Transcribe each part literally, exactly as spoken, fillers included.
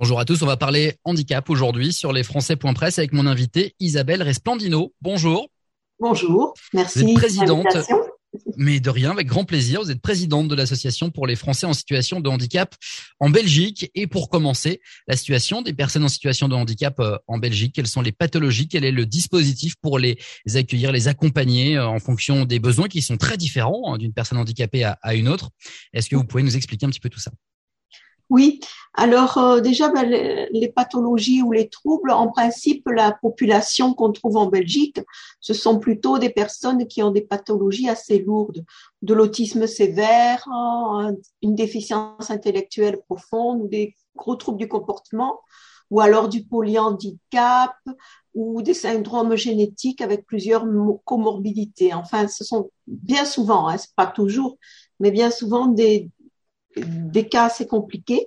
Bonjour à tous, on va parler handicap aujourd'hui sur les Français point presse avec mon invité Isabelle Resplandino. Bonjour. Bonjour, Vous êtes merci pour présidente, l'invitation. mais de rien, avec grand plaisir. Vous êtes présidente de l'association pour les Français en situation de handicap en Belgique. Et pour commencer, la situation des personnes en situation de handicap en Belgique. Quelles sont les pathologies? Quel est le dispositif pour les accueillir, les accompagner en fonction des besoins qui sont très différents d'une personne handicapée à, à une autre? Est-ce que vous pouvez nous expliquer un petit peu tout ça? Oui, alors euh, déjà, ben, les, les pathologies ou les troubles, en principe, la population qu'on trouve en Belgique, ce sont plutôt des personnes qui ont des pathologies assez lourdes, de l'autisme sévère, hein, une déficience intellectuelle profonde ou des gros troubles du comportement, ou alors du polyhandicap ou des syndromes génétiques avec plusieurs comorbidités. Enfin, ce sont bien souvent, hein, c'est pas toujours, mais bien souvent des des cas assez compliqués.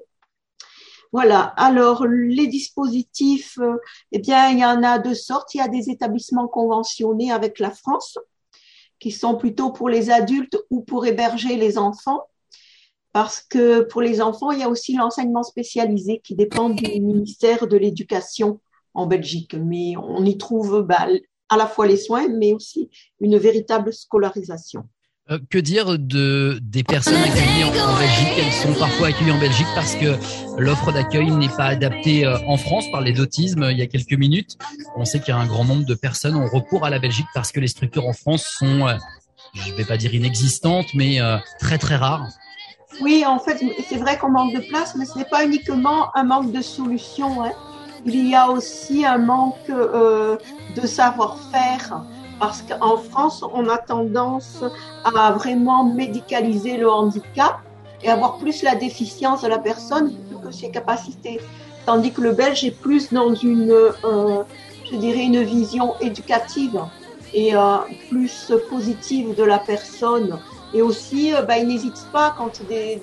Voilà. Alors, les dispositifs, euh, eh bien, il y en a de sortes. Il y a des établissements conventionnés avec la France qui sont plutôt pour les adultes ou pour héberger les enfants. Parce que pour les enfants, il y a aussi l'enseignement spécialisé qui dépend du ministère de l'Éducation en Belgique. Mais on y trouve bah, à la fois les soins, mais aussi une véritable scolarisation. Euh, que dire de des personnes accueillies en, en Belgique? Elles sont parfois accueillies en Belgique parce que l'offre d'accueil n'est pas adaptée euh, en France. Par les d'autisme il y a quelques minutes. On sait qu'il y a un grand nombre de personnes ont recours à la Belgique parce que les structures en France sont, euh, je ne vais pas dire inexistantes, mais euh, très très rares. Oui, en fait, c'est vrai qu'on manque de place, mais ce n'est pas uniquement un manque de solutions, hein. Il y a aussi un manque euh, de savoir-faire. Parce qu'en France, on a tendance à vraiment médicaliser le handicap et avoir plus la déficience de la personne que ses capacités. Tandis que le Belge est plus dans une, euh, je dirais, une vision éducative et euh, plus positive de la personne. Et aussi, euh, bah, il n'hésite pas quand des,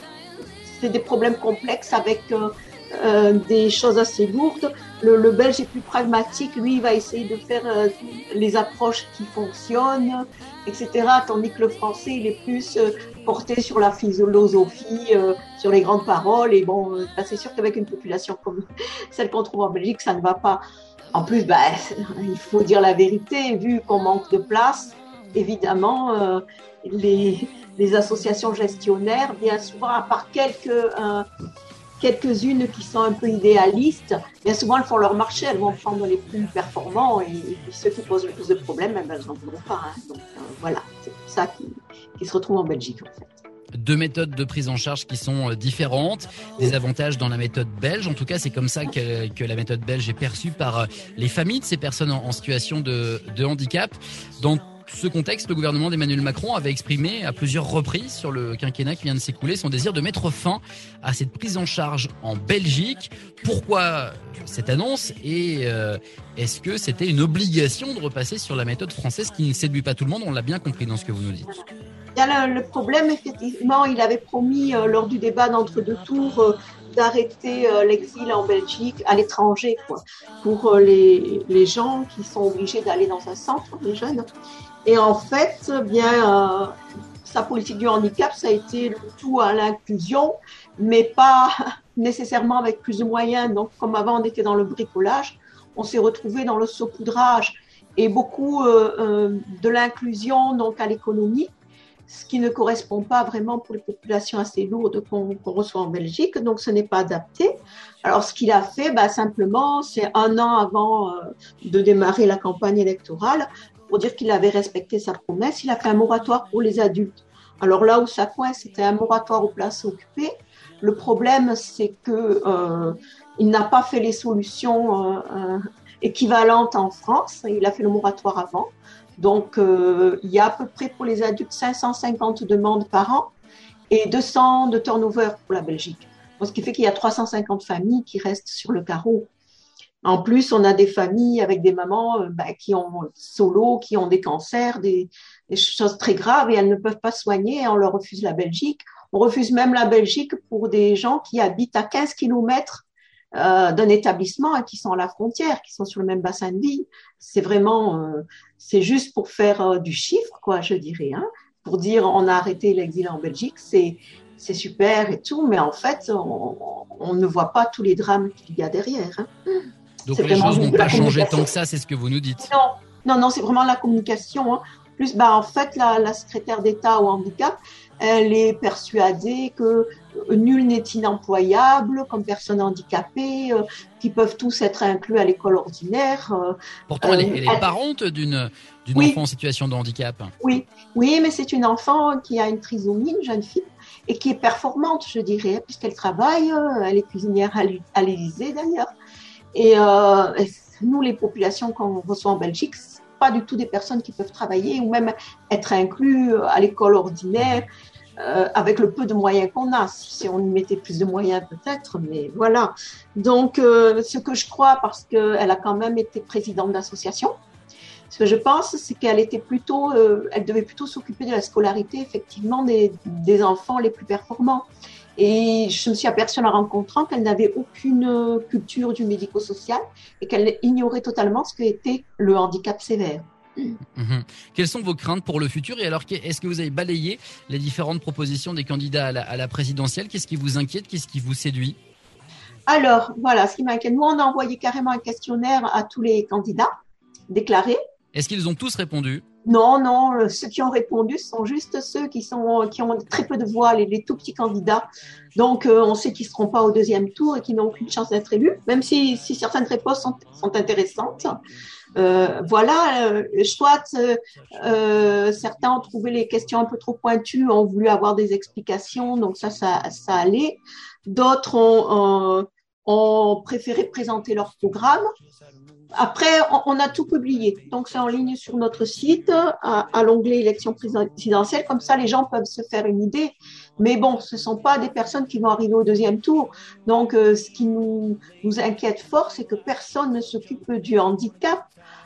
c'est des problèmes complexes avec euh, euh, des choses assez lourdes. Le, le Belge est plus pragmatique, lui, il va essayer de faire euh, les approches qui fonctionnent, et cetera. Tandis que le Français, il est plus euh, porté sur la philosophie, euh, sur les grandes paroles. Et bon, euh, bah, c'est sûr qu'avec une population comme celle qu'on trouve en Belgique, ça ne va pas. En plus, bah, il faut dire la vérité, vu qu'on manque de place, évidemment, euh, les, les associations gestionnaires, bien souvent, à part quelques... Euh, quelques-unes qui sont un peu idéalistes, bien souvent elles font leur marché, elles vont prendre les plus performants et, et puis ceux qui posent le plus de problèmes, elles n'en voudront pas. Hein. Donc euh, voilà, c'est pour ça qu'ils, qu'ils se retrouvent en Belgique en fait. Deux méthodes de prise en charge qui sont différentes, des avantages dans la méthode belge. En tout cas, c'est comme ça que, que la méthode belge est perçue par les familles de ces personnes en, en situation de, de handicap. Dans ce contexte, le gouvernement d'Emmanuel Macron avait exprimé à plusieurs reprises sur le quinquennat qui vient de s'écouler son désir de mettre fin à cette prise en charge en Belgique. Pourquoi cette annonce et euh, est-ce que c'était une obligation de repasser sur la méthode française qui ne séduit pas tout le monde? On l'a bien compris dans ce que vous nous dites. Il y a le, le problème, effectivement, il avait promis euh, lors du débat d'entre-deux tours euh, d'arrêter euh, l'exil en Belgique, à l'étranger, quoi, pour euh, les, les gens qui sont obligés d'aller dans un centre, les jeunes. Et en fait, bien, euh, sa politique du handicap, ça a été le tout à l'inclusion, mais pas nécessairement avec plus de moyens. Donc, comme avant, on était dans le bricolage, on s'est retrouvé dans le saupoudrage et beaucoup euh, euh, de l'inclusion donc à l'économie, ce qui ne correspond pas vraiment pour les populations assez lourdes qu'on, qu'on reçoit en Belgique, donc ce n'est pas adapté. Alors, ce qu'il a fait, bah, simplement, c'est un an avant euh, de démarrer la campagne électorale, pour dire qu'il avait respecté sa promesse, il a fait un moratoire pour les adultes. Alors là où ça coince, c'était un moratoire aux places occupées. Le problème, c'est que euh, il n'a pas fait les solutions euh, euh, équivalentes en France. Il a fait le moratoire avant. Donc, euh, il y a à peu près pour les adultes cinq cent cinquante demandes par an et deux cents de turnover pour la Belgique. Donc, ce qui fait qu'il y a trois cent cinquante familles qui restent sur le carreau. En plus, on a des familles avec des mamans euh, bah, qui ont solo, qui ont des cancers, des, des choses très graves et elles ne peuvent pas soigner et on leur refuse la Belgique. On refuse même la Belgique pour des gens qui habitent à quinze kilomètres euh, d'un établissement et qui sont à la frontière, qui sont sur le même bassin de vie. C'est vraiment, euh, c'est juste pour faire euh, du chiffre, quoi, je dirais, hein, pour dire on a arrêté l'exil en Belgique. C'est c'est super et tout, mais en fait, on, on ne voit pas tous les drames qu'il y a derrière. Hein. Donc c'est les choses n'ont pas changé tant que ça, c'est ce que vous nous dites. Non, non, non, c'est vraiment la communication. Hein. Plus, bah, en fait, la, la secrétaire d'État au handicap, elle est persuadée que nul n'est inemployable comme personne handicapée, euh, qui peuvent tous être inclus à l'école ordinaire. Euh, Pourtant, elle est, elle est parente d'une, d'une oui, enfant en situation de handicap. Oui, oui, mais c'est une enfant qui a une trisomie, une jeune fille, et qui est performante, je dirais, puisqu'elle travaille, euh, elle est cuisinière à l'Élysée d'ailleurs. Et, euh, et nous, les populations qu'on reçoit en Belgique, c'est pas du tout des personnes qui peuvent travailler ou même être inclus à l'école ordinaire. Euh, avec le peu de moyens qu'on a, si on y mettait plus de moyens peut-être, mais voilà. Donc, euh, ce que je crois, parce qu'elle a quand même été présidente d'association, ce que je pense, c'est qu'elle était plutôt, euh, elle devait plutôt s'occuper de la scolarité, effectivement, des, des enfants les plus performants. Et je me suis aperçue en la rencontrant qu'elle n'avait aucune culture du médico-social et qu'elle ignorait totalement ce qu'était le handicap sévère. Mmh. Quelles sont vos craintes pour le futur? Et alors, est-ce que vous avez balayé les différentes propositions des candidats à la, à la présidentielle? Qu'est-ce qui vous inquiète? Qu'est-ce qui vous séduit? Alors, voilà, ce qui m'inquiète. Nous, on a envoyé carrément un questionnaire à tous les candidats déclarés. Est-ce qu'ils ont tous répondu? Non, non, ceux qui ont répondu sont juste ceux qui, sont, qui ont très peu de voix, les, les tout petits candidats. Donc, euh, on sait qu'ils ne seront pas au deuxième tour et qu'ils n'ont aucune chance d'être élus, même si, si certaines réponses sont, sont intéressantes. Euh, voilà, euh, soit euh, euh, certains ont trouvé les questions un peu trop pointues, ont voulu avoir des explications, donc ça, ça, ça allait. D'autres ont, euh, ont préféré présenter leur programme. Après, on, on a tout publié, donc c'est en ligne sur notre site, à, à l'onglet élections présidentielles, comme ça les gens peuvent se faire une idée. Mais bon, ce ne sont pas des personnes qui vont arriver au deuxième tour. Donc, euh, ce qui nous, nous inquiète fort, c'est que personne ne s'occupe du handicap.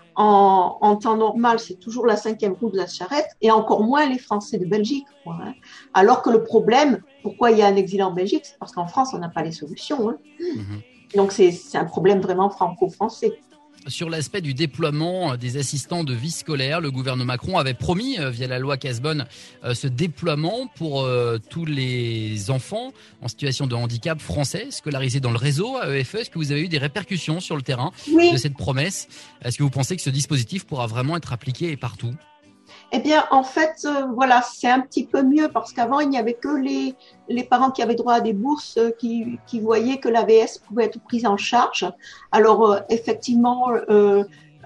En, en temps normal, c'est toujours la cinquième roue de la charrette, et encore moins les Français de Belgique. Quoi, hein. Alors que le problème, pourquoi il y a un exil en Belgique, c'est parce qu'en France, on n'a pas les solutions. Hein. Mmh. Donc, c'est, c'est un problème vraiment franco-français. Sur l'aspect du déploiement des assistants de vie scolaire, le gouvernement Macron avait promis, via la loi Cazbonne, ce déploiement pour tous les enfants en situation de handicap français scolarisés dans le réseau A E F E. Est-ce que vous avez eu des répercussions sur le terrain oui. de cette promesse? Est-ce que vous pensez que ce dispositif pourra vraiment être appliqué partout? Eh bien, en fait, euh, voilà, c'est un petit peu mieux parce qu'avant, il n'y avait que les, les parents qui avaient droit à des bourses euh, qui, qui voyaient que l'A V S pouvait être prise en charge. Alors, euh, effectivement, euh,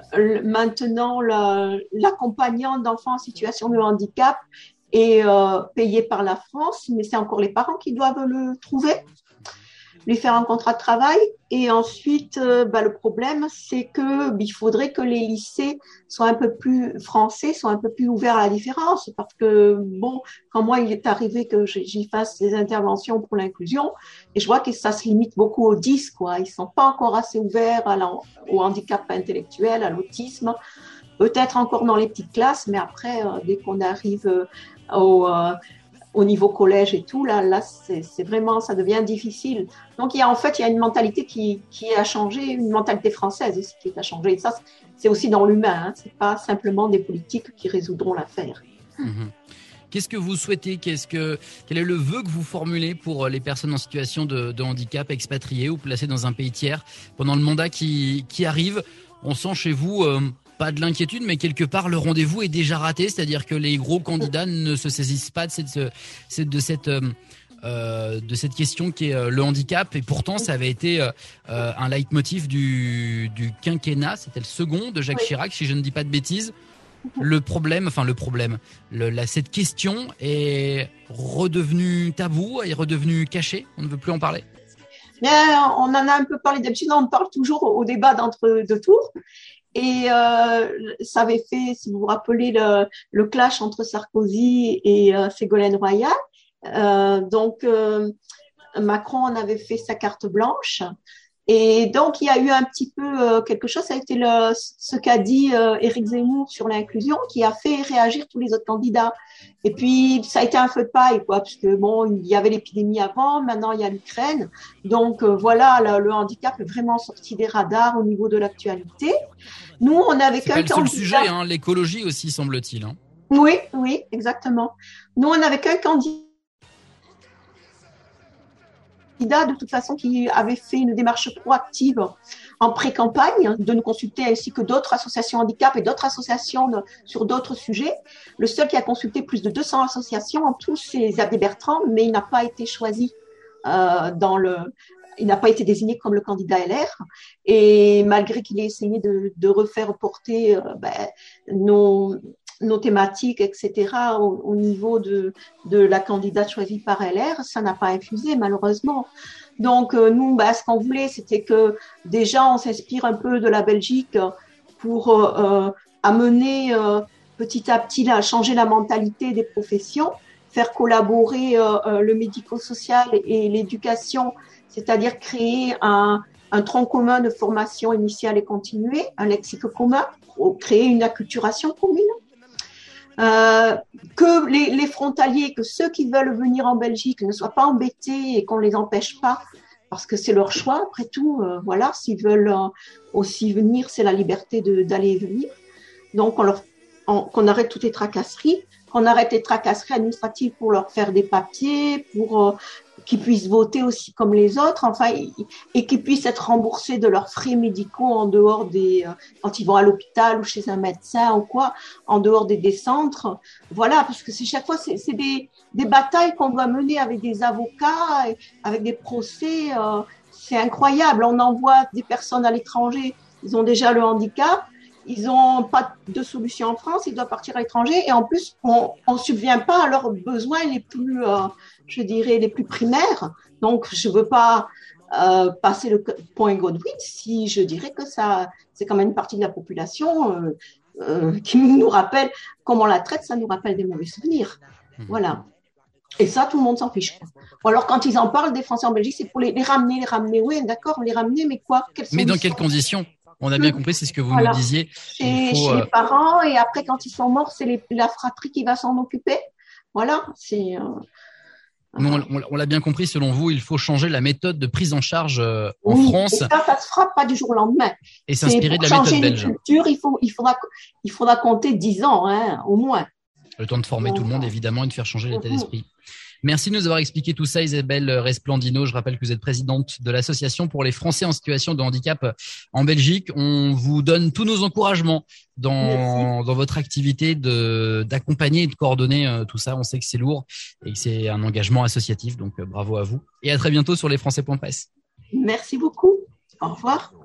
maintenant, la, l'accompagnant d'enfants en situation de handicap est euh, payé par la France, mais c'est encore les parents qui doivent le trouver, lui faire un contrat de travail. Et ensuite, euh, bah, le problème, c'est que il faudrait que les lycées soient un peu plus français, soient un peu plus ouverts à la différence. Parce que, bon, quand moi, il est arrivé que j'y fasse des interventions pour l'inclusion, et je vois que ça se limite beaucoup aux dix, quoi. Ils sont pas encore assez ouverts à la, au handicap intellectuel, à l'autisme. Peut-être encore dans les petites classes, mais après, euh, dès qu'on arrive euh, au... Euh, au niveau collège et tout, là, là c'est, c'est vraiment, ça devient difficile. Donc, il y a, en fait, il y a une mentalité qui, qui a changé, une mentalité française aussi qui a changé. Et ça, c'est aussi dans l'humain, hein. C'est pas simplement des politiques qui résoudront l'affaire. Mmh. Qu'est-ce que vous souhaitez? Qu'est-ce que, quel est le vœu que vous formulez pour les personnes en situation de, de handicap, expatriées ou placées dans un pays tiers pendant le mandat qui, qui arrive? On sent chez vous... Euh, pas de l'inquiétude, mais quelque part, le rendez-vous est déjà raté, c'est-à-dire que les gros candidats ne se saisissent pas de cette, de cette, euh, de cette question qui est le handicap. Et pourtant, ça avait été euh, un leitmotiv du, du quinquennat. C'était le second de Jacques Chirac, si je ne dis pas de bêtises. Le problème, enfin le problème, le, la, cette question est redevenue tabou, est redevenue cachée. On ne veut plus en parler. Bien, on en a un peu parlé d'habitude. On parle toujours au débat d'entre deux tours. Et euh, ça avait fait, si vous vous rappelez, le, le clash entre Sarkozy et euh, Ségolène Royal. Euh, donc, euh, Macron en avait fait sa carte blanche. Et donc, il y a eu un petit peu euh, quelque chose. Ça a été le, ce qu'a dit euh, Éric Zemmour sur l'inclusion qui a fait réagir tous les autres candidats. Et puis, ça a été un feu de paille, quoi, parce que bon, il y avait l'épidémie avant, maintenant il y a l'Ukraine. Donc, euh, voilà, le, le handicap est vraiment sorti des radars au niveau de l'actualité. Nous, on avait qu'un candidat. C'est pas le seul sujet, hein, l'écologie aussi, semble-t-il. Hein. Oui, oui, exactement. Nous, on n'avait qu'un candidat. candidat, de toute façon, qui avait fait une démarche proactive en pré-campagne, de nous consulter ainsi que d'autres associations handicap et d'autres associations de, sur d'autres sujets. Le seul qui a consulté plus de deux cents associations, en tout, c'est Xavier Bertrand, mais il n'a pas été choisi euh, dans le... Il n'a pas été désigné comme le candidat L R. Et malgré qu'il ait essayé de, de refaire porter euh, ben, nos, nos thématiques, et cetera, au, au niveau de, de la candidate choisie par L R, ça n'a pas infusé, malheureusement. Donc, euh, nous, ben, ce qu'on voulait, c'était que déjà, on s'inspire un peu de la Belgique pour euh, amener euh, petit à petit à changer la mentalité des professions, faire collaborer euh, le médico-social et l'éducation, c'est-à-dire créer un, un tronc commun de formation initiale et continuée, un lexique commun, créer une acculturation commune, euh, que les, les frontaliers, que ceux qui veulent venir en Belgique ne soient pas embêtés et qu'on ne les empêche pas, parce que c'est leur choix, après tout, euh, voilà, s'ils veulent euh, aussi venir, c'est la liberté de, d'aller et venir. Donc, on leur, on, qu'on arrête toutes les tracasseries, qu'on arrête les tracasseries administratives pour leur faire des papiers, pour euh, qu'ils puissent voter aussi comme les autres, enfin, et qu'ils puissent être remboursés de leurs frais médicaux en dehors des, euh, quand ils vont à l'hôpital ou chez un médecin ou quoi, en dehors des, des centres. Voilà, parce que c'est chaque fois, c'est, c'est des, des batailles qu'on doit mener avec des avocats, avec des procès. Euh, c'est incroyable. On envoie des personnes à l'étranger, ils ont déjà le handicap. Ils n'ont pas de solution en France, ils doivent partir à l'étranger et en plus, on ne subvient pas à leurs besoins les plus, euh, je dirais, les plus primaires. Donc, je ne veux pas euh, passer le point Godwin si je dirais que ça, c'est quand même une partie de la population euh, euh, qui nous rappelle, comment on la traite, ça nous rappelle des mauvais souvenirs. Mmh. Voilà. Et ça, tout le monde s'en fiche. Ou alors, quand ils en parlent des Français en Belgique, c'est pour les, les ramener, les ramener. Oui, d'accord, les ramener, mais quoi? Mais dans quelles conditions? On a bien compris, c'est ce que vous voilà. nous disiez. C'est faut, chez euh... les parents, et après, quand ils sont morts, c'est les, la fratrie qui va s'en occuper. Voilà, c'est... Euh... Non, on, on l'a bien compris, selon vous, il faut changer la méthode de prise en charge euh, en oui, France. Et ça, ça se fera pas du jour au lendemain. Et s'inspirer de la méthode belge. Pour changer une culture, il, faut, il, faudra, il faudra compter dix ans, hein, au moins. Le temps de former Donc, tout le monde, évidemment, et de faire changer l'état d'esprit. Merci de nous avoir expliqué tout ça, Isabelle Resplandino. Je rappelle que vous êtes présidente de l'Association pour les Français en situation de handicap en Belgique. On vous donne tous nos encouragements dans, dans votre activité de, d'accompagner et de coordonner euh, tout ça. On sait que c'est lourd et que c'est un engagement associatif. Donc, euh, bravo à vous. Et à très bientôt sur lesfrançais point press. Merci beaucoup. Au revoir.